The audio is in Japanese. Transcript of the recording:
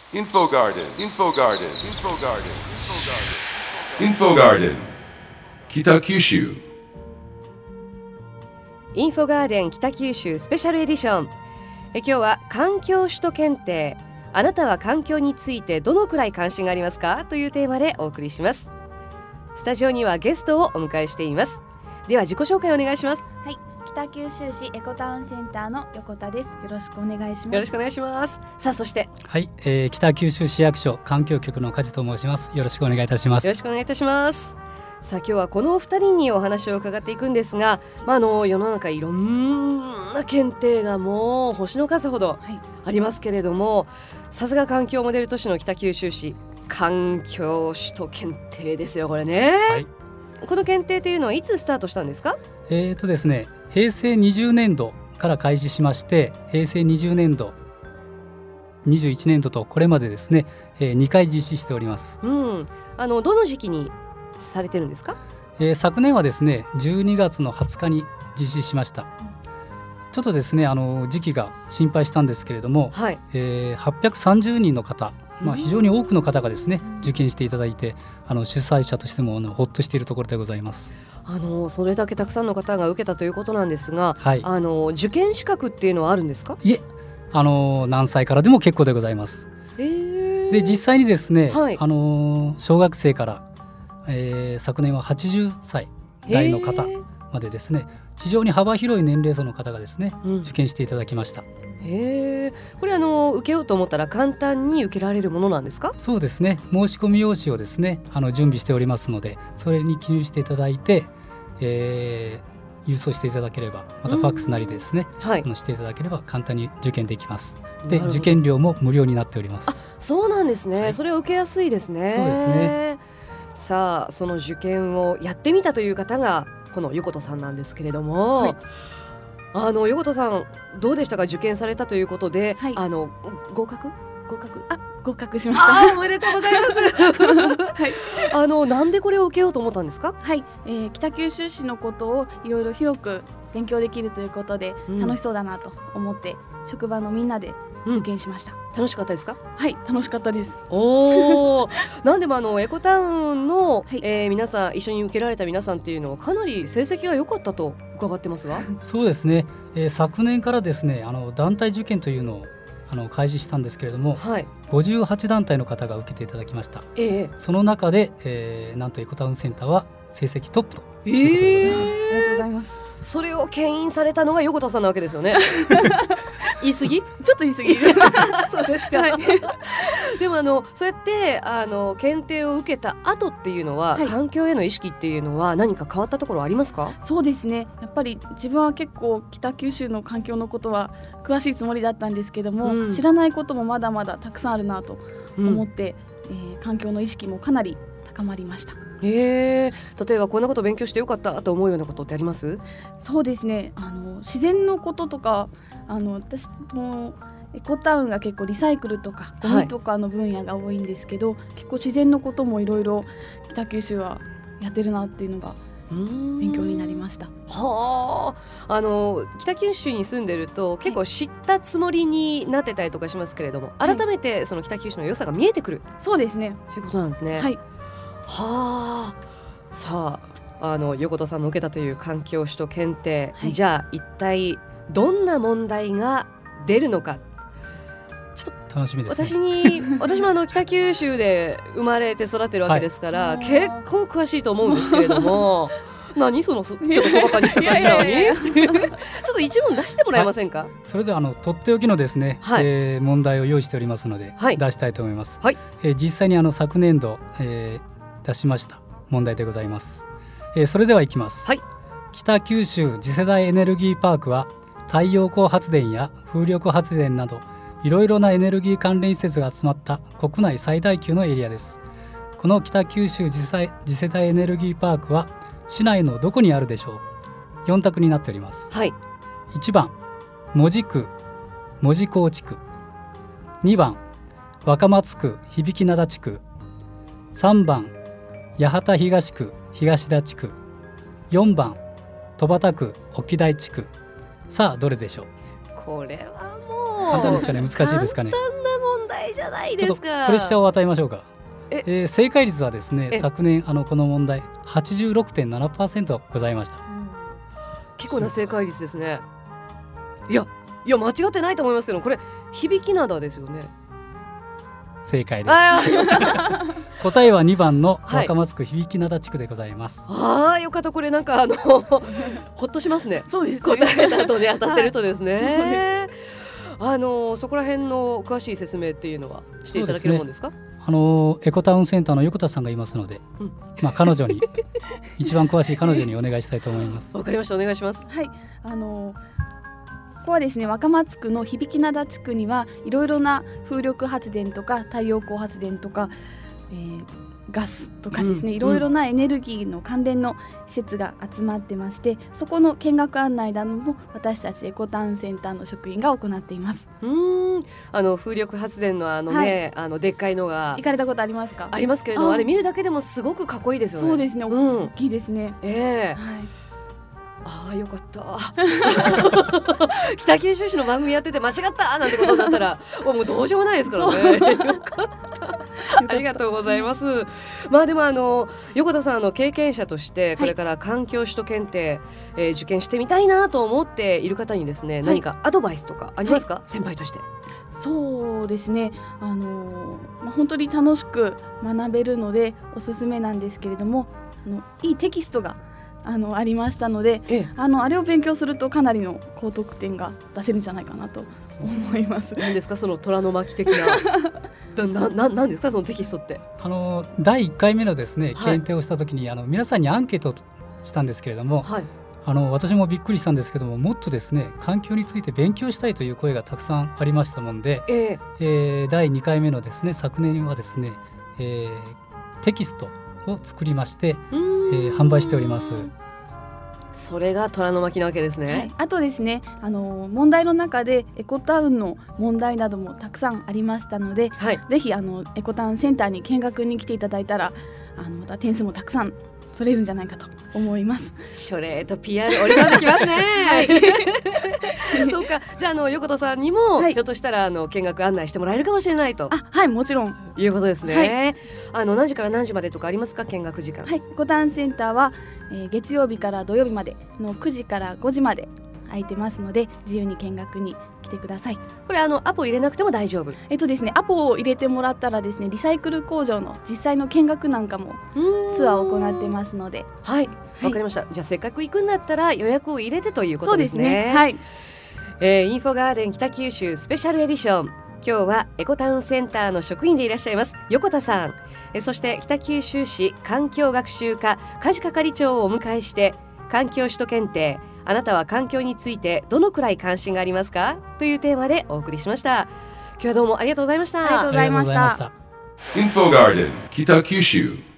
Info Garden, Info Garden, 北九州。 インフォガーデン北九州スペシャルエディション。今日は環境首都検定、あなたは環境についてどのくらい関心がありますかというテーマでお送りします。スタジオにはゲストをお迎えしています。では自己紹介お願いします。 はい、北九州市エコタウンセンターの横田です。よろしくお願いします。 よろしくお願いします。さあそしてはい、北九州市役所環境局の梶と申します。よろしくお願いいたします。 よろしくお願いいたします。さあ今日はこのお二人にお話を伺っていくんですが、世の中いろんな検定がもう星の数ほどありますけれども、さすが環境モデル都市の北九州市環境首都検定ですよこれね、はい、この検定というのはいつスタートしたんですか？ ですね、平成20年度から開始しまして、平成20年度21年度とこれまでですね、2回実施しております。 どの時期にされてるんですか？ 昨年はですね12月の20日に実施しました。ちょっとですね時期が心配したんですけれども、はい、830人の方、非常に多くの方がですね受験していただいて、主催者としてもほっとしているところでございます。 それだけたくさんの方が受けたということなんですが、はい、受験資格っていうのはあるんですか？ いえ、何歳からでも結構でございます。で実際にですね、はい、小学生から昨年は80歳代の方までですね、非常に幅広い年齢層の方がですね、受験していただきました。 これ受けようと思ったら簡単に受けられるものなんですか？ そうですね、申し込み用紙をですね準備しておりますので、それに記入していただいて、郵送していただければ、またファックスなりでですね、していただければ簡単に受験できます。で受験料も無料になっております。 そうなんですね、はい、それは受けやすいですね。 そうですね。 さあその受験をやってみたという方がこの横田さんなんですけれども、はい、横田さんどうでしたか？受験されたということで、はい、合格しました。 おめでとうございます、はい、なんでこれを受けようと思ったんですか？ はい、北九州市のことをいろいろ広く勉強できるということで、楽しそうだなと思って職場のみんなで受験しました。 楽しかったですか？ はい、楽しかったです。 なんでもエコタウンの、皆さん一緒に受けられた皆さんっていうのはかなり成績が良かったと伺ってますが。 そうですね、昨年からですね団体受験というのを開始したんですけれども、はい、58団体の方が受けていただきました。その中で、なんとエコタウンセンターは成績トップということでございます。 ありがとうございます。 それを牽引されたのが横田さんなわけですよね言い過ぎ？ちょっと言い過ぎそうですか、はい、でもそうやって検定を受けた後っていうのは、はい、環境への意識っていうのは何か変わったところありますか？ そうですね、やっぱり自分は結構北九州の環境のことは詳しいつもりだったんですけども、知らないこともまだまだたくさんあるなと思って、環境の意識もかなり高まりました。 例えばこんなこと勉強してよかったと思うようなことってあります？ そうですね、自然のこととか私もエコタウンが結構リサイクルとかゴミとかの分野が多いんですけど、結構自然のこともいろいろ北九州はやってるなっていうのが勉強になりました。 北九州に住んでると結構知ったつもりになってたりとかしますけれども、改めてその北九州の良さが見えてくる、 そうですね、 そういうことなんですね。 はい。 さあ横田さんも受けたという環境首都検定、じゃあ一体どんな問題が出るのか、ちょっと楽しみですね。私も北九州で生まれて育ってるわけですから、結構詳しいと思うんですけれども何そのちょっと小バカにした感じなのにちょっと一問出してもらえませんか？ それではとっておきのですね、問題を用意しておりますので、出したいと思います。実際に昨年度、出しました問題でございます。それではいきます。北九州次世代エネルギーパークは太陽光発電や風力発電などいろいろなエネルギー関連施設が集まった国内最大級のエリアです。この北九州次世代エネルギーパークは市内のどこにあるでしょう？4択になっております。1番門司区門司港地区、2番若松区響灘地区、3番八幡東区東田地区、4番戸畑区沖台地区。さあどれでしょう？ これはもう簡単ですかね、難しいですかね。 簡単な問題いじゃないですか。 プレッシャーを与えましょうか。正解率はですね、昨年この問題 86.7% ございました。 結構な正解率ですね。いや間違ってないと思いますけど、これ響き灘ですよね。 正解です。答えは2番の若松区響灘地区でございます。 よかった。これなんかほっとしますね。 そうですね。 答えた後ね、当たってるとですね。そこら辺の詳しい説明っていうのはしていただけるもんですか？ エコタウンセンターの横田さんがいますので、彼女に一番詳しい彼女にお願いしたいと思います。 わかりました。お願いします。 はい。ここはですね、若松区の響灘地区にはいろいろな風力発電とか太陽光発電とか、ガスとかですね、いろいろなエネルギーの関連の施設が集まってまして、そこの見学案内なども私たちエコタウンセンターの職員が行っています。 風力発電のね、でっかいのが行かれたことありますか？ ありますけれども、あれ見るだけでもすごくかっこいいですよね。 そうですね、大きいですね。 よかった北九州市の番組やってて間違ったなんてことになったらもうどうしようもないですからね。よかったありがとうございます。でも横田さん経験者としてこれから環境首都検定、受験してみたいなと思っている方にですね、何かアドバイスとかありますか？先輩として。 そうですね、本当に楽しく学べるのでおすすめなんですけれども、いいテキストがありましたので、あれを勉強するとかなりの高得点が出せるんじゃないかなと思います。 何ですかその虎の巻的な何ですかそのテキストって。 第1回目のですね、検定をした時に皆さんにアンケートをしたんですけれども、私もびっくりしたんですけども、もっとですね環境について勉強したいという声がたくさんありましたもんで、第2回目のですね昨年はですね、テキストを作りまして販売しております。 それが虎の巻なわけですね。 あとですね、問題の中でエコタウンの問題などもたくさんありましたので、ぜひエコタウンセンターに見学に来ていただいたらまた点数もたくさん取れるんじゃないかと思います。 書類と PR 折り込んできますね。そうか。じゃあ横田さんにも、ひょっとしたら見学案内してもらえるかもしれないと。 もちろんいうことですね。何時から何時までとかありますか？見学時間。 エコタウンセンターは、月曜日から土曜日までの9時から5時まで空いてますので、自由に見学に来てください。 これアポ入れなくても大丈夫？ ですね、アポを入れてもらったらですね、リサイクル工場の実際の見学なんかもツアーを行ってますので。 わかりました。じゃあせっかく行くんだったら予約を入れてということですね。 そうですね。 インフォガーデン北九州スペシャルエディション、今日はエコタウンセンターの職員でいらっしゃいます横田さん、そして北九州市環境学習課梶係長をお迎えして、環境首都検定、あなたは環境についてどのくらい関心がありますかというテーマでお送りしました。今日はどうもありがとうございました。 ありがとうございました。 インフォガーデン北九州。